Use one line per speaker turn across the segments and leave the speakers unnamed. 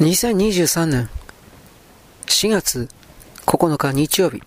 2023年4月9日日曜日。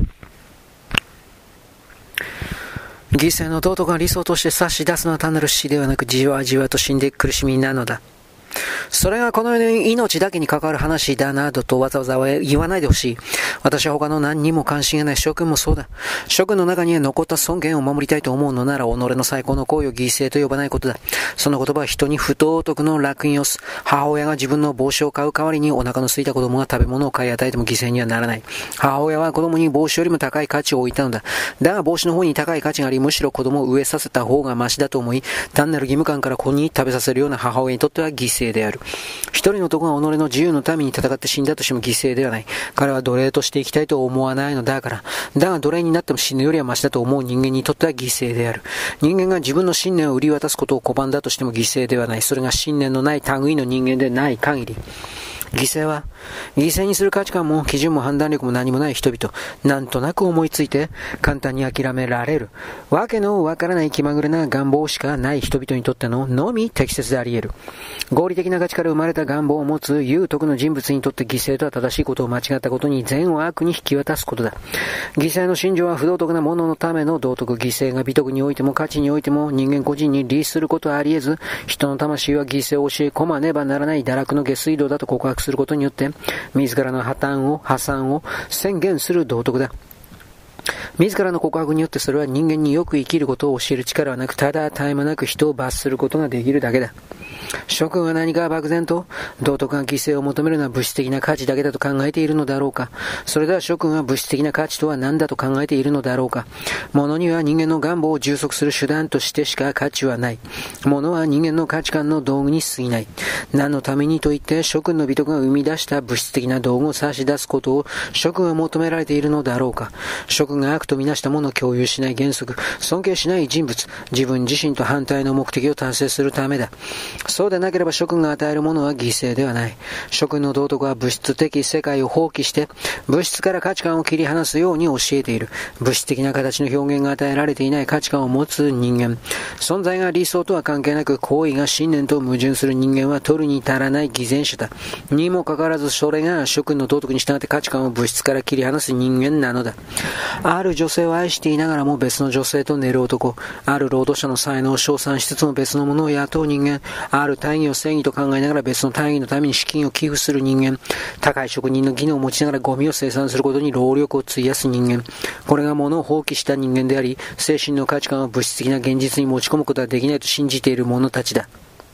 犠牲の道徳が理想として差し出すのは単なる死ではなく、じわじわと死んでいく苦しみなのだ。それがこの世の命だけに関わる話だなどとわざわざ言わないでほしい。私は他の何にも関心がない。諸君もそうだ。諸君の中には残った尊厳を守りたいと思うのなら、己の最高の行為を犠牲と呼ばないことだ。その言葉は人に不道徳の烙印をす。母親が自分の帽子を買う代わりにお腹の空いた子供が食べ物を買い与えても犠牲にはならない。母親は子供に帽子よりも高い価値を置いたのだ。だが帽子の方に高い価値があり、むしろ子供を飢えさせた方がマシだと思い、単なる義務感から子に食べさせるような母親にとっては犠牲である。一人の男が己の自由のために戦って死んだとしても犠牲ではない。彼は奴隷として生きたいと思わないのだから。だが奴隷になっても死ぬよりはマシだと思う人間にとっては犠牲である。人間が自分の信念を売り渡すことを拒んだとしても犠牲ではない。それが信念のない類の人間でない限り。犠牲は、犠牲にする価値観も基準も判断力も何もない人々、なんとなく思いついて簡単に諦められる、わけのわからない気まぐれな願望しかない人々にとってののみ適切であり得る。合理的な価値から生まれた願望を持つ有徳の人物にとって犠牲とは正しいことを間違ったことに善を悪に引き渡すことだ。犠牲の信条は不道徳なもののための道徳。犠牲が美徳においても価値においても人間個人に利することはあり得ず、人の魂は犠牲を教え込まねばならない堕落の下水道だと告白することによって自らの破産を宣言する道徳だ。自らの告白によってそれは人間によく生きることを教える力はなく、ただ絶え間なく人を罰することができるだけだ。諸君は何か漠然と道徳が犠牲を求めるのは物質的な価値だけだと考えているのだろうか。それでは諸君は物質的な価値とは何だと考えているのだろうか。物には人間の願望を充足する手段としてしか価値はない。物は人間の価値観の道具に過ぎない。何のためにといって諸君の美徳が生み出した物質的な道具を差し出すことを諸君は求められているのだろうか。諸君が悪とみなしたものを共有しない原則、尊敬しない人物、自分自身と反対の目的を達成するためだ。そうでなければ諸君が与えるものは犠牲ではない。諸君の道徳は物質的世界を放棄して物質から価値観を切り離すように教えている。物質的な形の表現が与えられていない価値観を持つ人間、存在が理想とは関係なく行為が信念と矛盾する人間は取るに足らない偽善者だ。にもかかわらずそれが諸君の道徳に従って価値観を物質から切り離す人間なのだ。ある女性を愛していながらも別の女性と寝る男、ある労働者の才能を称賛しつつも別のものを雇う人間、ある大義を正義と考えながら別の大義のために資金を寄付する人間、高い職人の技能を持ちながらゴミを生産することに労力を費やす人間、これが物を放棄した人間であり、精神の価値観を物質的な現実に持ち込むことはできないと信じている者たちだ。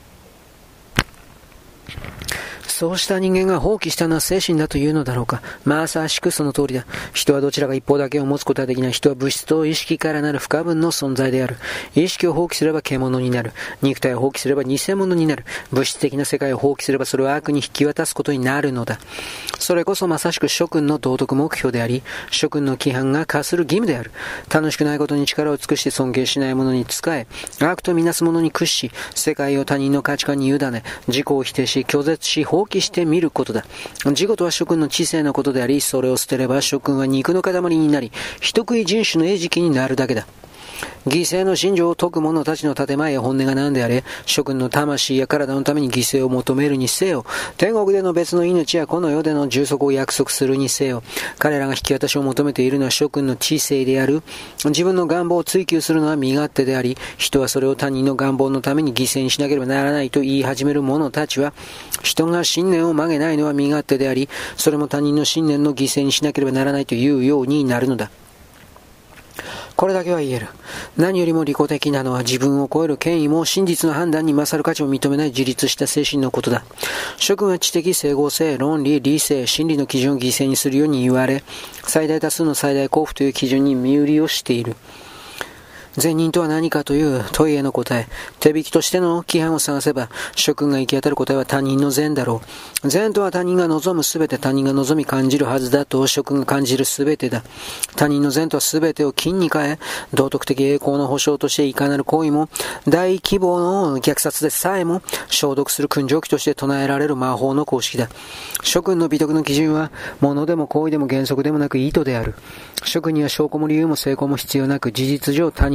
そうした人間が放棄したのは精神だというのだろうか。まさしくその通りだ。人はどちらか一方だけを持つことはできない。人は物質と意識からなる不可分の存在である。意識を放棄すれば獣になる。肉体を放棄すれば偽物になる。物質的な世界を放棄すればそれを悪に引き渡すことになるのだ。それこそまさしく諸君の道徳目標であり、諸君の規範が課する義務である。楽しくないことに力を尽くして尊敬しない者に仕え、悪とみなす者に屈し、世界を他人の価値観に委ね、自己を否定し、拒絶し、放棄してみることだ。自己とは諸君の知性のことであり、それを捨てれば諸君は肉の塊になり、人食い人種の餌食になるだけだ。犠牲の信条を説く者たちの建前や本音が何であれ、諸君の魂や体のために犠牲を求めるにせよ、天国での別の命やこの世での充足を約束するにせよ、彼らが引き渡しを求めているのは諸君の知性である。自分の願望を追求するのは身勝手であり、人はそれを他人の願望のために犠牲にしなければならないと言い始める者たちは、人が信念を曲げないのは身勝手であり、それも他人の信念の犠牲にしなければならないというようになるのだ。これだけは言える。何よりも利己的なのは自分を超える権威も真実の判断に勝る価値を認めない自立した精神のことだ。諸君は知的整合性、論理、理性、真理の基準を犠牲にするように言われ、最大多数の最大幸福という基準に身売りをしている。善人とは何かという問いへの答え、手引きとしての規範を探せば、諸君が行き当たる答えは他人の善だろう。善とは他人が望むすべて、他人が望み感じるはずだと諸君が感じるすべてだ。他人の善とはすべてを金に変え、道徳的栄光の保証としていかなる行為も、大規模の虐殺でさえも消毒する訓定記として唱えられる魔法の公式だ。諸君の美徳の基準は、物でも行為でも原則でもなく意図である。諸君には証拠も理由も成功も必要なく、事実上他人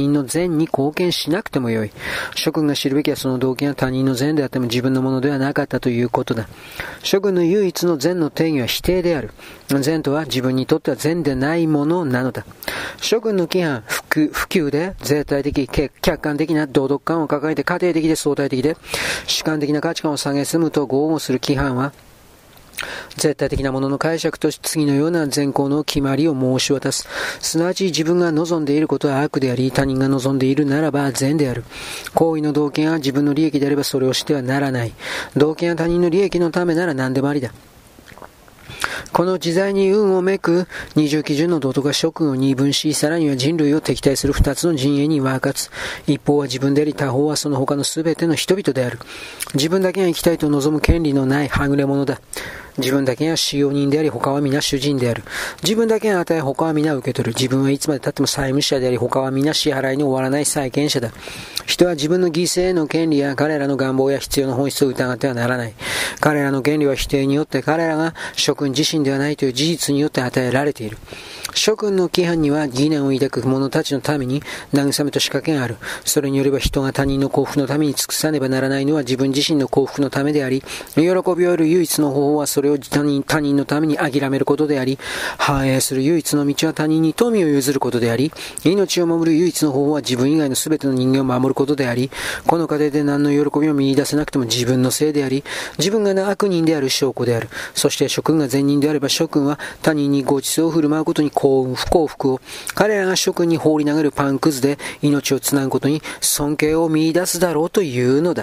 人の善に貢献しなくてもよい。諸君が知るべきはその動機は他人の善であっても自分のものではなかったということだ。諸君の唯一の善の定義は否定である。善とは自分にとっては善でないものなのだ。諸君の規範、普及で絶対的、客観的な道徳観を抱えて家庭的で相対的で主観的な価値観を蔑むと豪語する規範は、絶対的なものの解釈として次のような善行の決まりを申し渡す。すなわち自分が望んでいることは悪であり、他人が望んでいるならば善である。行為の動機が自分の利益であればそれをしてはならない。動機が他人の利益のためなら何でもありだ。この自在に運をめく二重基準の道徳が諸君を二分し、さらには人類を敵対する二つの陣営に分かつ。一方は自分であり、他方はその他のすべての人々である。自分だけが生きたいと望む権利のないはぐれ者だ。自分だけが使用人であり、他は皆主人である。自分だけが与え、他は皆受け取る。自分はいつまで経っても債務者であり、他は皆支払いの終わらない債権者だ。人は自分の犠牲の権利や彼らの願望や必要の本質を疑ってはならない。彼らの権利は否定によって彼らが諸君自身ではないという事実によって与えられている。諸君の規範には疑念を抱く者たちのために慰めと仕掛けがある。それによれば人が他人の幸福のために尽くさねばならないのは自分自身の幸福のためであり、喜びを得る唯一の方法はそれを他人のために諦めることであり、繁栄する唯一の道は他人に富を譲ることであり、命を守る唯一の方法は自分以外の全ての人間を守ることであり、この過程で何の喜びを見出せなくても自分のせいであり、自分が悪人である証拠である。そして諸君が善人であれば諸君は他人にご馳走を振る舞うことに幸運不幸福を、彼らが諸君に放り投げるパンくずで命をつなぐことに尊敬を見出すだろうというのだ。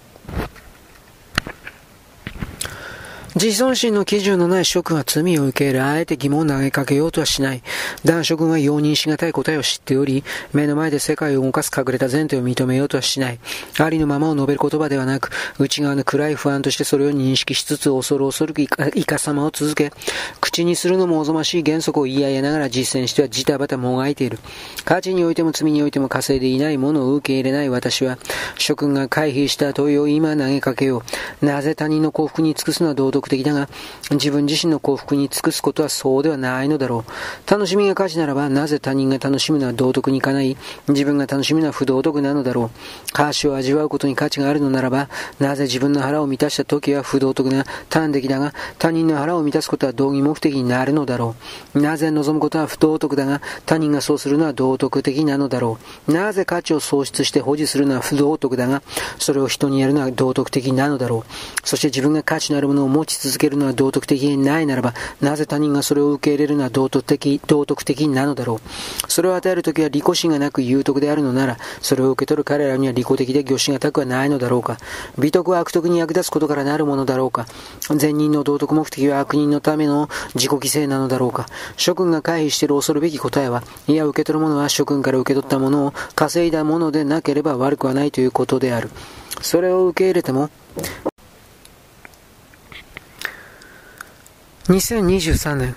自尊心の基準のない諸君は罪を受け入れ、あえて疑問を投げかけようとはしない。だが諸君は容認しがたい答えを知っており、目の前で世界を動かす隠れた前提を認めようとはしない。ありのままを述べる言葉ではなく、内側の暗い不安としてそれを認識しつつ恐る恐るいかさまを続け、口にするのもおぞましい原則を言い合いながら実践してはジタバタもがいている。価値においても罪においても稼いでいないものを受け入れない私は、諸君が回避した問いを今投げかけよう。なぜ他人の幸福に尽くすのは道徳的だが、自分自身の幸福に尽くすことはそうではないのだろう。楽しみが価値ならば、なぜ他人が楽しむのは道徳にかない、自分が楽しむのは不道徳なのだろう。価値を味わうことに価値があるのならば、なぜ自分の腹を満たした時は不道徳な端的だが、他人の腹を満たすことは道義目的になるのだろう。なぜ望むことは不道徳だが、他人がそうするのは道徳的なのだろう。なぜ価値を創出して保持するのは不道徳だが、それを人にやるのは道徳的なのだろう。そして自分が価値のあるものを持ち続けるのは道徳的にないならば、なぜ他人がそれを受け入れるのは道徳的なのだろう。それを与えるときは利己心がなく有徳であるのなら、それを受け取る彼らには利己的で御しがたくはないのだろうか。美徳は悪徳に役立つことからなるものだろうか。善人の道徳目的は悪人のための自己犠牲なのだろうか。諸君が回避している恐るべき答えは、いや受け取るものは諸君から受け取ったものを稼いだものでなければ悪くはないということである。それを受け入れても、2023年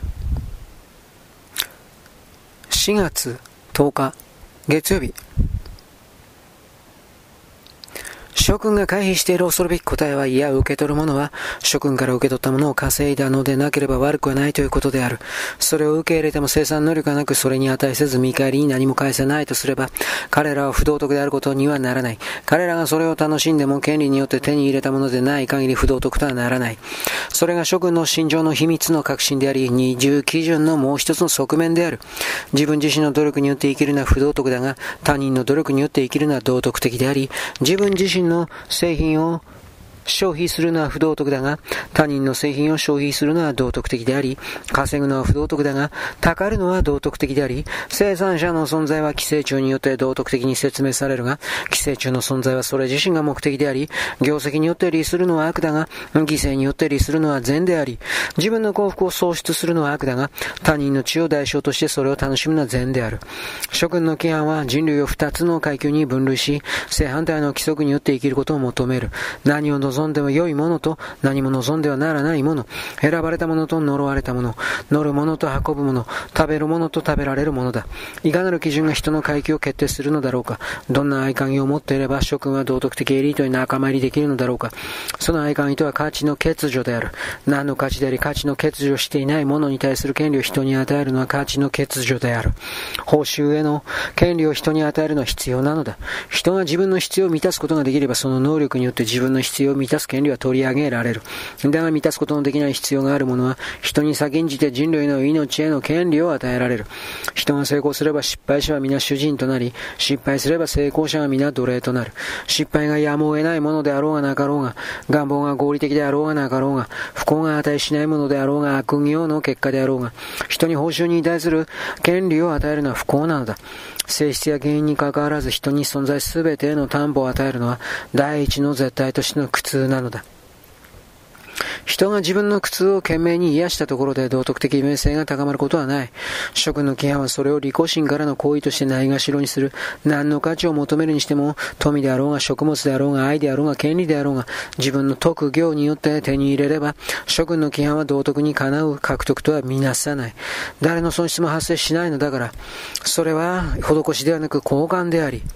4月10日月曜日、諸君が回避している恐るべき答えは、いや受け取るものは諸君から受け取ったものを稼いだのでなければ悪くはないということである。それを受け入れても生産能力がなく、それに値せず見返りに何も返せないとすれば、彼らは不道徳であることにはならない。彼らがそれを楽しんでも権利によって手に入れたものでない限り不道徳とはならない。それが諸君の心情の秘密の核心であり、二重基準のもう一つの側面である。自分自身の努力によって生きるのは不道徳だが、他人の努力によって生きるのは道徳的であり、自分自身の製品を消費するのは不道徳だが、他人の製品を消費するのは道徳的であり、稼ぐのは不道徳だが、たかるのは道徳的であり、生産者の存在は寄生虫によって道徳的に説明されるが、寄生虫の存在はそれ自身が目的であり、業績によって利するのは悪だが、犠牲によって利するのは善であり、自分の幸福を創出するのは悪だが、他人の知を代償としてそれを楽しむのは善である。諸君の規範は人類を二つの階級に分類し、正反対の規則によって生きることを求める。何を望望んでも良いものと何も望んではならないもの、選ばれたものと呪われたもの、乗るものと運ぶもの、食べるものと食べられるものだ。いかなる基準が人の階級を決定するのだろうか。どんな合鍵を持っていれば諸君は道徳的エリートに仲間入りできるのだろうか。その合鍵とは価値の欠如である。何の価値であり価値の欠如していないものに対する権利を人に与えるのは価値の欠如である。報酬への権利を人に与えるのは必要なのだ。人が自分の必要を満たすことができれば、その能力によって自分の必要を満たす権利は取り上げられる。だが満たすことのできない必要がある者は、人に先んじて人類の命への権利を与えられる。人が成功すれば失敗者は皆主人となり、失敗すれば成功者が皆奴隷となる。失敗がやむを得ないものであろうがなかろうが、願望が合理的であろうがなかろうが、不幸が値しないものであろうが、悪行の結果であろうが、人に報酬に対する権利を与えるのは不幸なのだ。性質や原因に関わらず人に存在すべてへの担保を与えるのは第一の絶対としての苦痛なのだ。人が自分の苦痛を懸命に癒したところで道徳的名声が高まることはない。諸君の規範はそれを利己心からの行為としてないがしろにする。何の価値を求めるにしても、富であろうが食物であろうが愛であろうが権利であろうが、自分の徳行によって手に入れれば、諸君の規範は道徳にかなう獲得とは見なさない。誰の損失も発生しないのだから、それは施しではなく交換であり、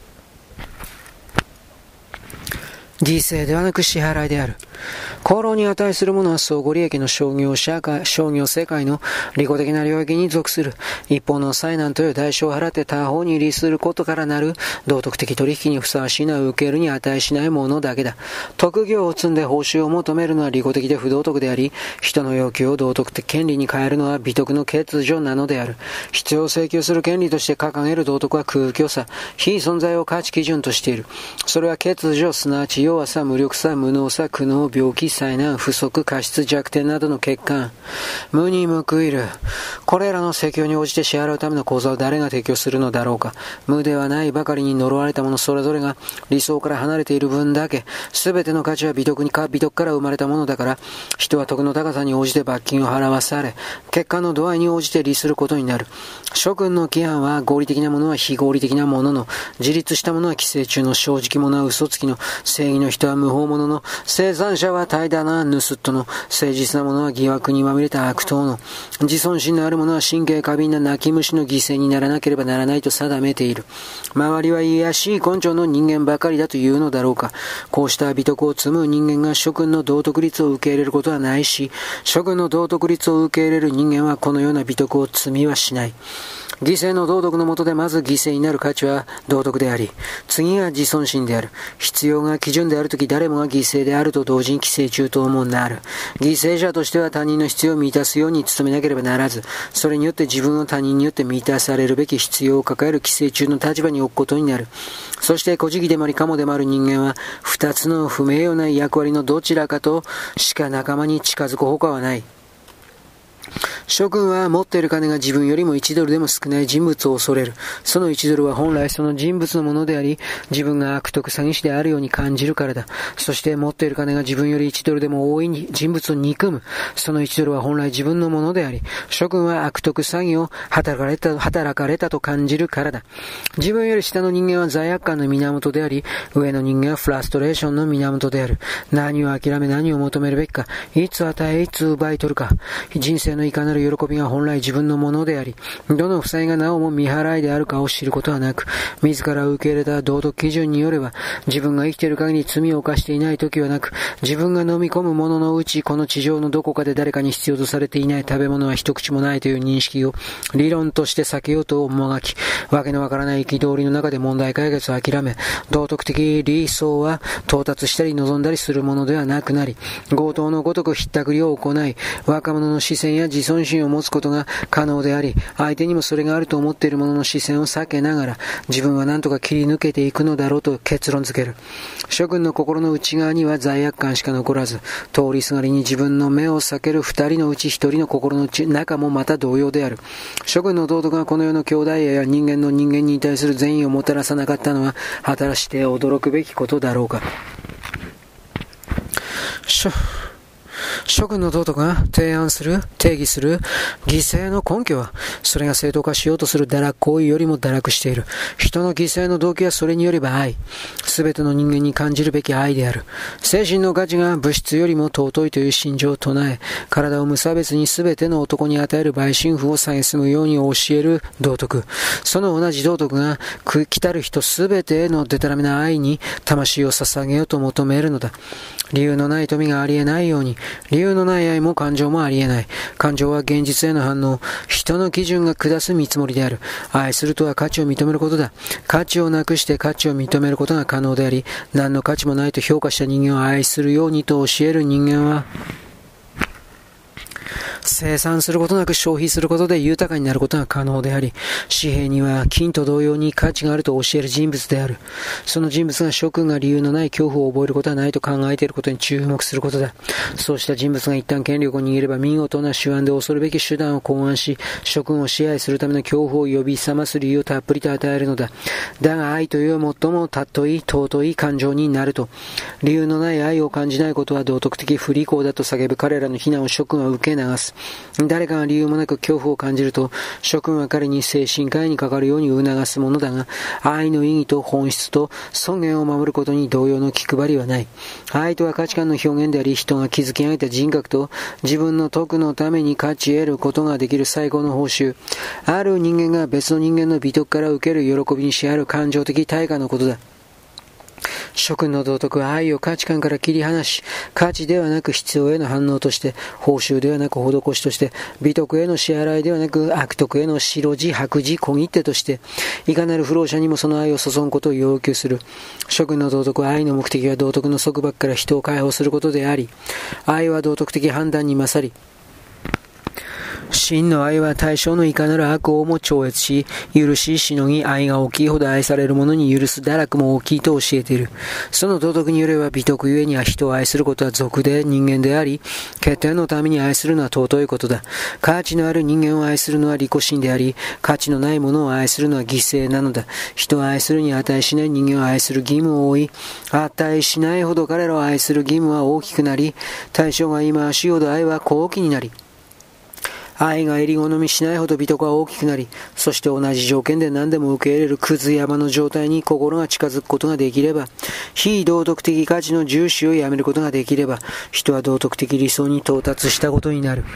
犠牲ではなく支払いである。功労に値するものは相互利益の商業世界の利己的な領域に属する。一方の災難という代償を払って他方に利することからなる道徳的取引にふさわしいのは受けるに値しないものだけだ。徳業を積んで報酬を求めるのは利己的で不道徳であり、人の要求を道徳的権利に変えるのは美徳の欠如なのである。必要を請求する権利として掲げる道徳は空虚さ、非存在を価値基準としている。それは欠如、すなわち弱さ、無力さ、無能さ、苦悩、病気、災難、不足、過失、弱点などの欠陥、無に報いる。これらの請求に応じて支払うための口座を誰が提供するのだろうか。無ではないばかりに呪われた者それぞれが理想から離れている分だけ、すべての価値は美徳から生まれたものだから、人は徳の高さに応じて罰金を払わされ、結果の度合いに応じて利することになる。諸君の規範は合理的なものは非合理的なものの、自立したものは寄生虫の、正直者は嘘つきの、正義の人は無法者の、生産者は怠惰な盗人の、誠実な者は疑惑にまみれた悪党の、自尊心のある者は神経過敏な泣き虫の犠牲にならなければならないと定めている。周りは卑しい根性の人間ばかりだというのだろうか。こうした美徳を積む人間が諸君の道徳律を受け入れることはないし、諸君の道徳律を受け入れる人間はこのような美徳を積みはしない。犠牲の道徳の下でまず犠牲になる価値は道徳であり、次が自尊心である。必要が基準であるとき誰もが犠牲であると同時に寄生虫ともなる。犠牲者としては他人の必要を満たすように努めなければならず、それによって自分を他人によって満たされるべき必要を抱える寄生虫の立場に置くことになる。そして孤児でもありカモでもある人間は、二つの不名誉な役割のどちらかとしか仲間に近づくほかはない。諸君は持っている金が自分よりも1ドルでも少ない人物を恐れる。その1ドルは本来その人物のものであり、自分が悪徳詐欺師であるように感じるからだ。そして持っている金が自分より1ドルでも多い人物を憎む。その1ドルは本来自分のものであり、諸君は悪徳詐欺を働かれたと感じるからだ。自分より下の人間は罪悪感の源であり、上の人間はフラストレーションの源である。何を諦め何を求めるべきか、いつ与えいつ奪い取るか。人生のいかなる喜びが本来自分のものであり、どの負債がなおも未払いであるかを知ることはなく、自ら受け入れた道徳基準によれば、自分が生きている限り罪を犯していない時はなく、自分が飲み込むもののうちこの地上のどこかで誰かに必要とされていない食べ物は一口もないという認識を理論として避けようともがき、わけのわからない憤りの中で問題解決を諦め、道徳的理想は到達したり望んだりするものではなくなり、強盗のごとくひったくりを行い、若者の視線や自尊心を持つことが可能であり、相手にもそれがあると思っている者の視線を避けながら、自分は何とか切り抜けていくのだろうと結論付ける。諸君の心の内側には罪悪感しか残らず、通りすがりに自分の目を避ける二人のうち一人の心の中もまた同様である。諸君の道徳がこの世の兄弟や人間の人間に対する善意をもたらさなかったのは、果たして驚くべきことだろうか。 諸君の道徳が提案する、定義する犠牲の根拠は、それが正当化しようとする堕落行為よりも堕落している。人の犠牲の動機はそれによれば愛。すべての人間に感じるべき愛である。精神の価値が物質よりも尊いという信条を唱え、体を無差別にすべての男に与える売春婦を蔑むように教える道徳。その同じ道徳が、来たる人すべてへのデタラメな愛に魂を捧げようと求めるのだ。理由のない富がありえないように、理由のない愛も感情もありえない。感情は現実への反応、人の基準が下す見積もりである。愛するとは価値を認めることだ。価値をなくして価値を認めることが可能であり、何の価値もないと評価した人間を愛するようにと教える人間は、生産することなく消費することで豊かになることが可能であり、紙幣には金と同様に価値があると教える人物である。その人物が諸君が理由のない恐怖を覚えることはないと考えていることに注目することだ。そうした人物が一旦権力を握れば見事な手腕で恐るべき手段を考案し、諸君を支配するための恐怖を呼び覚ます理由をたっぷりと与えるのだ。だが愛という最も尊い感情になると、理由のない愛を感じないことは道徳的不利口だと叫ぶ彼らの非難を諸君は受け流す。誰かが理由もなく恐怖を感じると、諸君は彼に精神科医にかかるように促すものだが、愛の意義と本質と尊厳を守ることに同様の気配りはない。愛とは価値観の表現であり、人が築き上げた人格と自分の徳のために価値得ることができる最高の報酬。ある人間が別の人間の美徳から受ける喜びにしある感情的対価のことだ。諸君の道徳は愛を価値観から切り離し、価値ではなく必要への反応として、報酬ではなく施しとして、美徳への支払いではなく悪徳への白字、白字、小切手として、いかなる不老者にもその愛を注ぐことを要求する。諸君の道徳は愛の目的は道徳の束縛から人を解放することであり、愛は道徳的判断に勝り、真の愛は対象のいかなる悪をも超越し、許し、しのぎ、愛が大きいほど愛される者に許す堕落も大きいと教えている。その道徳によれば美徳ゆえには人を愛することは俗で人間であり、欠点のために愛するのは尊いことだ。価値のある人間を愛するのは利己心であり、価値のないものを愛するのは犠牲なのだ。人を愛するに値しない人間を愛する義務を負い、値しないほど彼らを愛する義務は大きくなり、対象が言い回しほど愛は高貴になり、愛が襟好みしないほど美徳は大きくなり、そして同じ条件で何でも受け入れるクズ山の状態に心が近づくことができれば、非道徳的価値の重視をやめることができれば、人は道徳的理想に到達したことになる。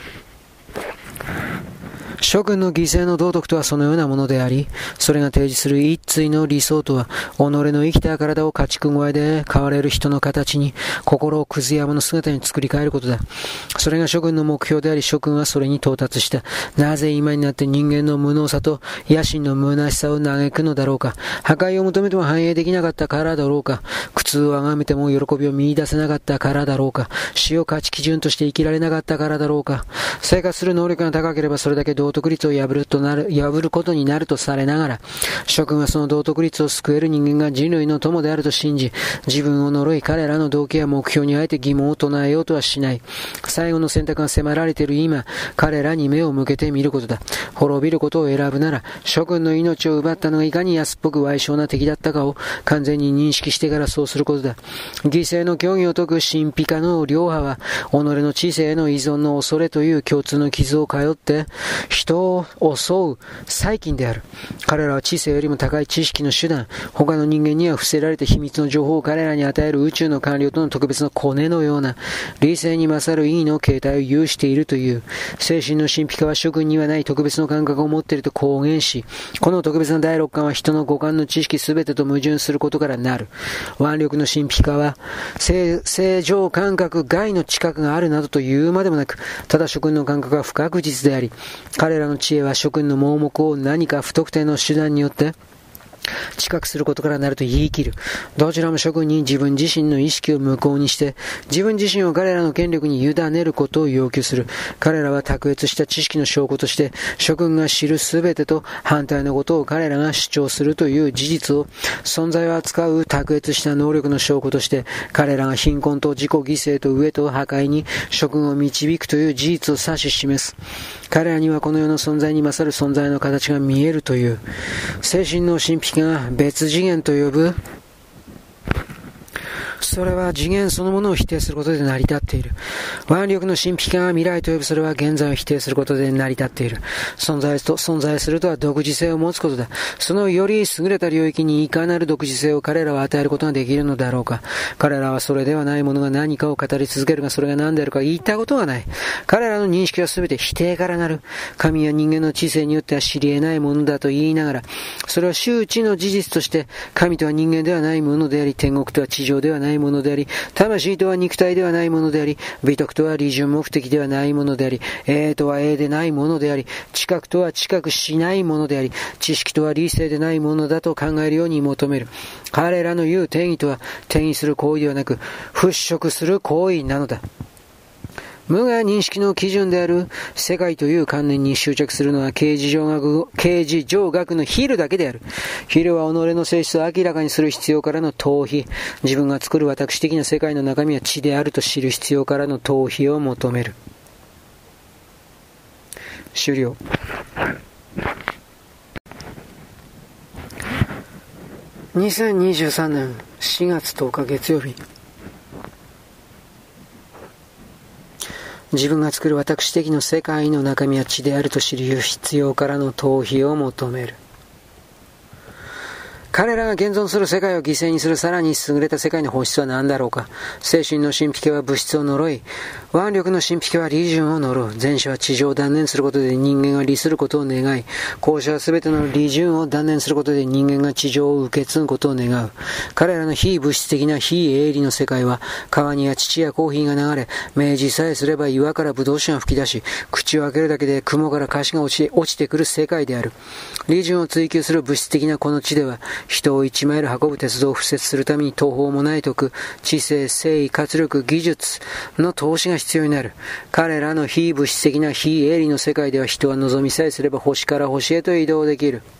諸君の犠牲の道徳とはそのようなものであり、それが提示する一対の理想とは、己の生きた体を家畜小屋で飼われる人の形に、心をクズ山の姿に作り変えることだ。それが諸君の目標であり、諸君はそれに到達した。なぜ今になって人間の無能さと野心の虚しさを嘆くのだろうか。破壊を求めても反映できなかったからだろうか。苦痛を崇めても喜びを見出せなかったからだろうか。死を価値基準として生きられなかったからだろうか。生活する能力が高ければそれだけ道徳律を破ることになるとされながら、諸君はその道徳律を救える人間が人類の友であると信じ、自分を呪い彼らの動機や目標にあえて疑問を唱えようとはしない。最後の選択が迫られている今、彼らに目を向けてみることだ。滅びることを選ぶなら、諸君の命を奪ったのがいかに安っぽく矮小な敵だったかを完全に認識してからそうすることだ。犠牲の教義を説く神秘家の両派は、己の知性への依存の恐れという共通の傷を通って、人を襲う細菌である。彼らは知性よりも高い知識の手段、他の人間には伏せられた秘密の情報を彼らに与える宇宙の官僚との特別のコネのような理性に勝る意義の形態を有しているという。精神の神秘家は諸君にはない特別の感覚を持っていると公言し、この特別な第六感は人の五感の知識すべてと矛盾することからなる。腕力の神秘家は正常感覚外の知覚があるなどというまでもなく、ただ諸君の感覚は不確実であり、彼らの知恵は諸君の盲目を何か不特定の手段によって知覚することからなると言い切る。どちらも諸君に自分自身の意識を無効にして、自分自身を彼らの権力に委ねることを要求する。彼らは卓越した知識の証拠として、諸君が知るすべてと反対のことを彼らが主張するという事実を、存在を扱う卓越した能力の証拠として、彼らが貧困と自己犠牲と飢えと破壊に諸君を導くという事実を指し示す。彼らにはこの世の存在に勝る存在の形が見えるという。精神の神秘が別次元と呼ぶそれは次元そのものを否定することで成り立っている。腕力の神秘感は未来と呼ぶ。それは現在を否定することで成り立っている。存在するとは独自性を持つことだ。そのより優れた領域にいかなる独自性を彼らは与えることができるのだろうか。彼らはそれではないものが何かを語り続けるが、それが何であるか言ったことがない。彼らの認識は全て否定からなる。神や人間の知性によっては知り得ないものだと言いながら、それは周知の事実として、神とは人間ではないものであり、天国とは地上ではないものであり、魂とは肉体ではないものであり、美徳とは利潤目的ではないものであり、とはでないものであり、知覚とは知覚しないものであり、知識とは理性でないものだと考えるように求める。彼らの言う定義とは、転移する行為ではなく、払拭する行為なのだ。無が認識の基準である世界という観念に執着するのは形而上学のヒルだけである。ヒルは己の性質を明らかにする必要からの逃避。自分が作る私的な世界の中身は知であると知る必要からの逃避を求める。終了。2023年4月10日月曜日。自分が作る私的な世界の中身は知であると知る必要からの逃避を求める。彼らが現存する世界を犠牲にするさらに優れた世界の本質は何だろうか。精神の神秘家は物質を呪い、腕力の神秘家は利潤を呪う。前者は地上を断念することで人間が利することを願い、後者は全ての利潤を断念することで人間が地上を受け継ぐことを願う。彼らの非物質的な非営利の世界は、川には乳やコーヒーが流れ、明治さえすれば岩からブドウ酒が吹き出し、口を開けるだけで雲から菓子が落ちてくる世界である。利潤を追求する物質的なこの地では、人を1マイル運ぶ鉄道を敷設するために途方もない徳、知性、誠意、活力、技術の投資が必要になる。彼らの非物質的な非営利の世界では人は望みさえすれば星から星へと移動できる。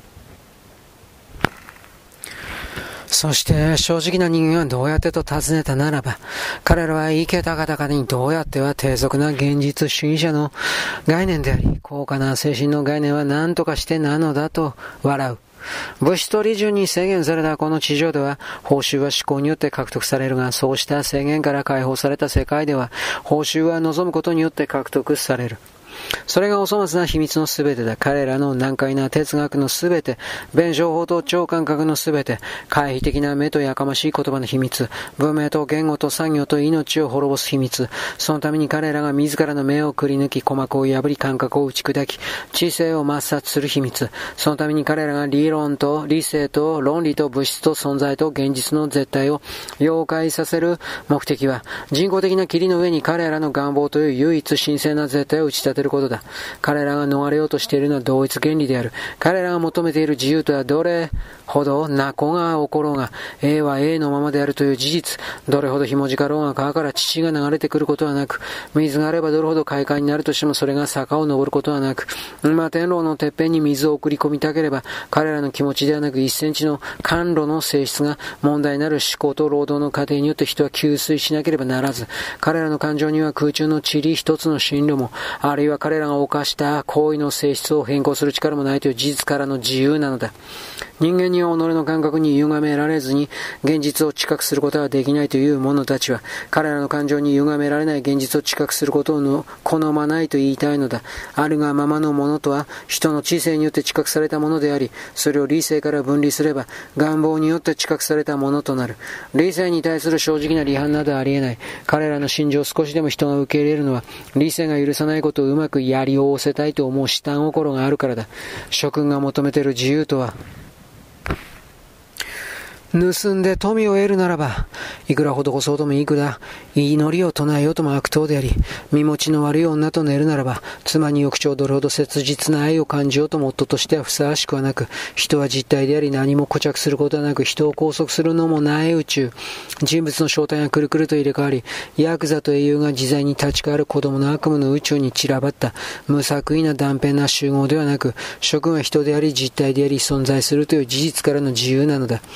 そして正直な人間はどうやってと尋ねたならば、彼らは生けた方々にどうやっては低俗な現実主義者の概念であり、高価な精神の概念は何とかしてなのだと笑う。物質と利潤に制限されたこの地上では、報酬は思考によって獲得されるが、そうした制限から解放された世界では、報酬は望むことによって獲得される。それがお粗末な秘密のすべてだ。彼らの難解な哲学のすべて、弁証法と超感覚のすべて、回避的な目とやかましい言葉の秘密、文明と言語と産業と命を滅ぼす秘密、そのために彼らが自らの目をくり抜き、鼓膜を破り感覚を打ち砕き、知性を抹殺する秘密、そのために彼らが理論と理性と論理と物質と存在と現実の絶対を溶解させる目的は、人工的な霧の上に彼らの願望という唯一神聖な絶対を打ち立てることだ。彼らが逃れようとしているのは同一原理である。彼らが求めている自由とはどれほどな子が起ころうが、A は A のままであるという事実、どれほどひもじかろうが川から乳が流れてくることはなく、水があればどれほど快感になるとしてもそれが坂を登ることはなく、摩天楼のてっぺんに水を送り込みたければ、彼らの気持ちではなく1センチの甘露の性質が問題になる思考と労働の過程によって人は吸水しなければならず、彼らの感情には空中の塵一つの進路も、あるいは彼らが犯した行為の性質を変更する力もないという事実からの自由なのだ。人間には己の感覚に歪められずに現実を知覚することはできないという者たちは、彼らの感情に歪められない現実を知覚することを好まないと言いたいのだ。あるがままのものとは人の知性によって知覚されたものであり、それを理性から分離すれば願望によって知覚されたものとなる。理性に対する正直な離反などありえない。彼らの心情を少しでも人が受け入れるのは、理性が許さないことをうまくやりおおせたいと思う下心があるからだ。諸君が求めている自由とは、盗んで富を得るならば、いくら施そうともいくら祈りを唱えようとも悪党であり、身持ちの悪い女と寝るならば、妻に翌朝どれほど切実な愛を感じようとも夫としてはふさわしくはなく、人は実体であり何も固着することはなく、人を拘束するのもない宇宙。人物の正体がくるくると入れ替わり、ヤクザと英雄が自在に立ち変わる子供の悪夢の宇宙に散らばった無作為な断片な集合ではなく、諸君は人であり実体であり存在するという事実からの自由なのだ。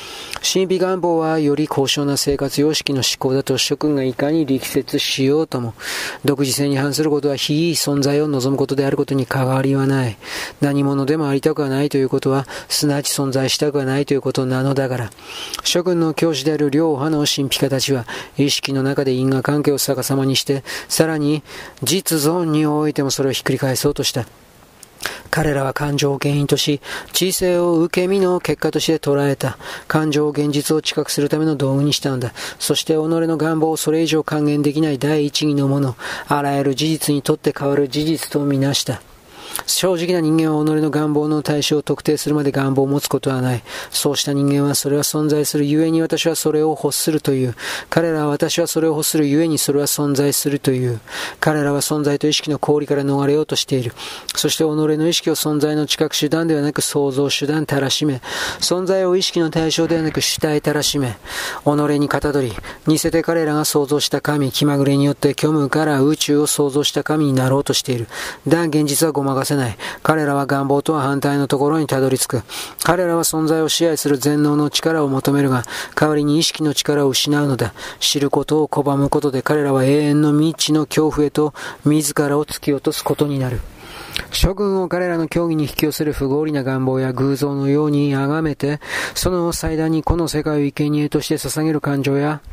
神秘願望はより高尚な生活様式の思考だと諸君がいかに力説しようとも、独自性に反することは非存在を望むことであることに変わりはない。何者でもありたくはないということは、すなわち存在したくはないということなのだから。諸君の教師である両派の神秘家たちは、意識の中で因果関係を逆さまにして、さらに実存においてもそれをひっくり返そうとした。彼らは感情を原因とし、知性を受け身の結果として捉えた。感情を現実を知覚するための道具にしたのだ。そして己の願望をそれ以上還元できない第一義のもの、あらゆる事実にとって変わる事実とみなした。正直な人間は己の願望の対象を特定するまで願望を持つことはない。そうした人間はそれは存在するゆえに私はそれを欲するという。彼らは私はそれを欲するゆえにそれは存在するという。彼らは存在と意識の氷から逃れようとしている。そして己の意識を存在の知覚手段ではなく創造手段たらしめ、存在を意識の対象ではなく主体たらしめ、己にかたどり、似せて彼らが創造した神、気まぐれによって虚無から宇宙を創造した神になろうとしている。だが現実はごまかせない。彼らは願望とは反対のところにたどり着く。彼らは存在を支配する全能の力を求めるが、代わりに意識の力を失うのだ。知ることを拒むことで彼らは永遠の未知の恐怖へと自らを突き落とすことになる。諸君を彼らの教義に引き寄せる不合理な願望や偶像のように崇めて、その祭壇にこの世界を生贄として捧げる感情や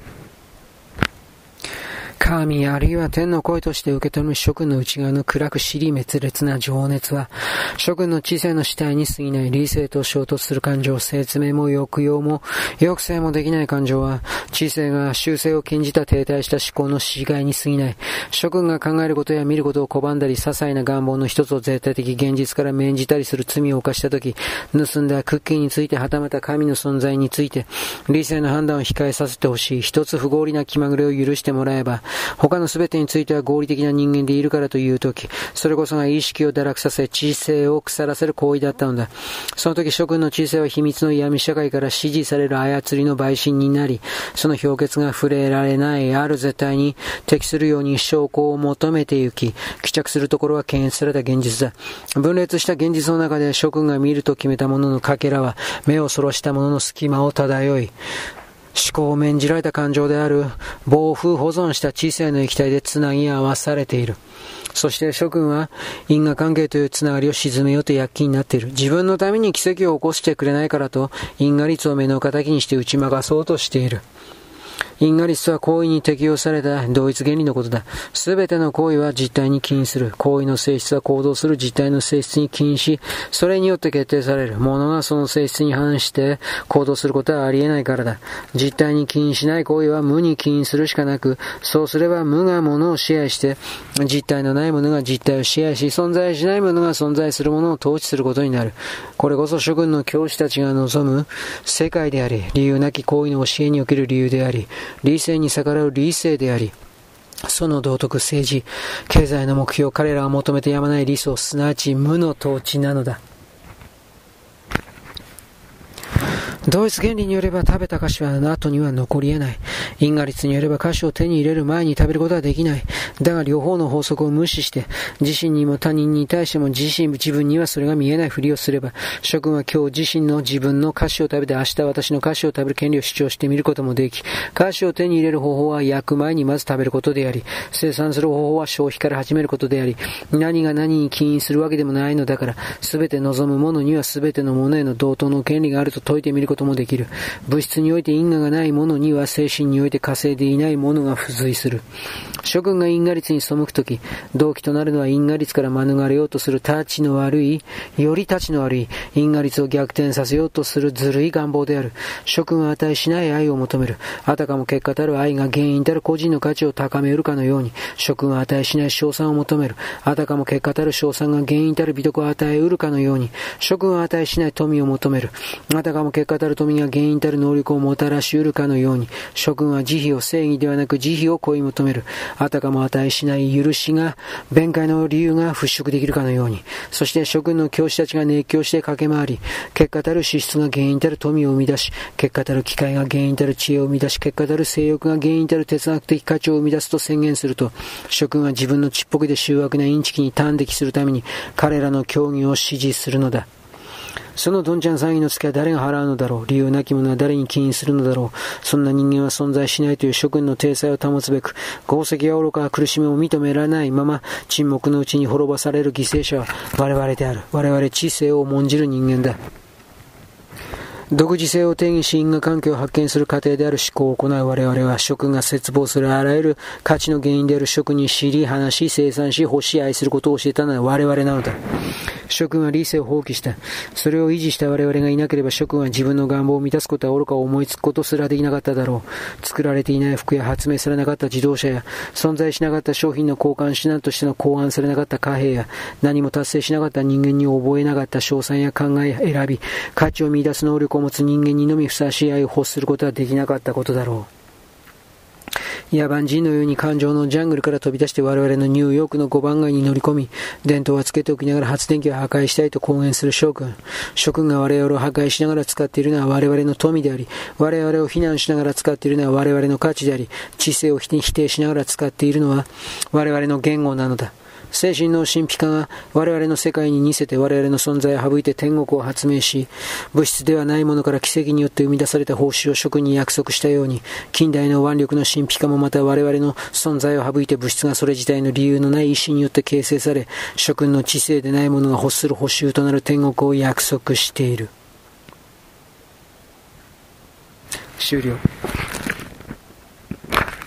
神あるいは天の声として受け止める諸君の内側の暗く尻滅裂な情熱は、諸君の知性の主体に過ぎない理性と衝突する感情、説明も抑揚も抑制もできない感情は、知性が修正を禁じた停滞した思考の死骸に過ぎない。諸君が考えることや見ることを拒んだり、些細な願望の一つを絶対的現実から免じたりする罪を犯したとき、盗んだクッキーについてはたまた神の存在について、理性の判断を控えさせてほしい。一つ不合理な気まぐれを許してもらえば、他のすべてについては合理的な人間でいるからというとき、それこそが意識を堕落させ、知性を腐らせる行為だったのだ。その時諸君の知性は秘密の闇社会から支持される操りの陪審になり、その氷結が触れられないある絶対に適するように証拠を求めてゆき、帰着するところは検閲された現実だ。分裂した現実の中で諸君が見ると決めたもののかけらは、目をそらしたものの隙間を漂い、思考を免じられた感情である暴風保存した知性の液体でつなぎ合わされている。そして諸君は因果関係というつながりを沈めようと躍起になっている。自分のために奇跡を起こしてくれないからと因果律を目の敵にして打ち負かそうとしている。因果律とは行為に適用された同一原理のことだ。すべての行為は実体に起因する。行為の性質は行動する実体の性質に起因し、それによって決定される。物がその性質に反して行動することはありえないからだ。実体に起因しない行為は無に起因するしかなく、そうすれば無が物を支配して、実体のないものが実体を支配し、存在しないものが存在するものを統治することになる。これこそ諸君の教師たちが望む世界であり、理由なき行為の教えにおける理由であり、理性に逆らう理性であり、その道徳、政治、経済の目標、彼らが求めてやまない理想、すなわち無の統治なのだ。同一原理によれば食べた菓子は後には残り得ない。因果律によれば菓子を手に入れる前に食べることはできない。だが両方の法則を無視して、自身にも他人に対しても自分にはそれが見えないふりをすれば、諸君は今日自身の自分の菓子を食べて明日私の菓子を食べる権利を主張してみることもでき、菓子を手に入れる方法は焼く前にまず食べることであり、生産する方法は消費から始めることであり、何が何に起因するわけでもないのだから、すべて望むものにはすべてのものへの同等の権利があると説いてみることもできる。物質において因果がないものには精神において稼いでいないものが付随する。諸君が因果律に背くとき、動機となるのは因果律から免れようとするよりたちの悪い因果律を逆転させようとするずるい願望である。諸君は値しない愛を求める。あたかも結果たる愛が原因たる個人の価値を高めうるかのように、諸君は値しない賞賛を求める。あたかも結果たる賞賛が原因たる美徳を与えうるかのように、諸君は値しない富を求める。あたかも結果たる富が原因たる能力をもたらしうるかのように、諸君は慈悲を正義ではなく慈悲を恋求める。あたかも値しない許しが弁解の理由が払拭できるかのように、そして諸君の教師たちが熱狂して駆け回り、結果たる資質が原因たる富を生み出し、結果たる機会が原因たる知恵を生み出し、結果たる性欲が原因たる哲学的価値を生み出すと宣言すると、諸君は自分のちっぽけで醜悪なインチキに端的するために彼らの教義を支持するのだ。 そのどんちゃん騒ぎのツケは誰が払うのだろう。理由なき者は誰に起因するのだろう。そんな人間は存在しないという諸君の体裁を保つべく、功績や愚か苦しみを認められないまま沈黙のうちに滅ぼされる犠牲者は我々である。我々知性を重んじる人間だ。独自性を定義し因果関係を発見する過程である思考を行う我々は諸君が絶望するあらゆる価値の原因である諸君に知り、話し、生産し、欲し、愛することを教えたのは我々なのだ。諸君は理性を放棄した。それを維持した我々がいなければ諸君は自分の願望を満たすことは愚かを思いつくことすらできなかっただろう。作られていない服や発明されなかった自動車や存在しなかった商品の交換手段としての考案されなかった貨幣や何も達成しなかった人間に覚えなかった賞賛や考え選び価値を見出す能力を持つ人間にのみふさわしい愛を欲することはできなかったことだろう。野蛮人のように感情のジャングルから飛び出して我々のニューヨークの5番街に乗り込み、電灯はつけておきながら発電機を破壊したいと公言する諸君。諸君が我々を破壊しながら使っているのは我々の富であり、我々を非難しながら使っているのは我々の価値であり、知性を否定しながら使っているのは我々の言語なのだ。精神の神秘化が我々の世界に似せて我々の存在を省いて天国を発明し、物質ではないものから奇跡によって生み出された報酬を諸君に約束したように、近代の腕力の神秘化もまた我々の存在を省いて物質がそれ自体の理由のない意志によって形成され、諸君の知性でないものが欲する報酬となる天国を約束している。終了。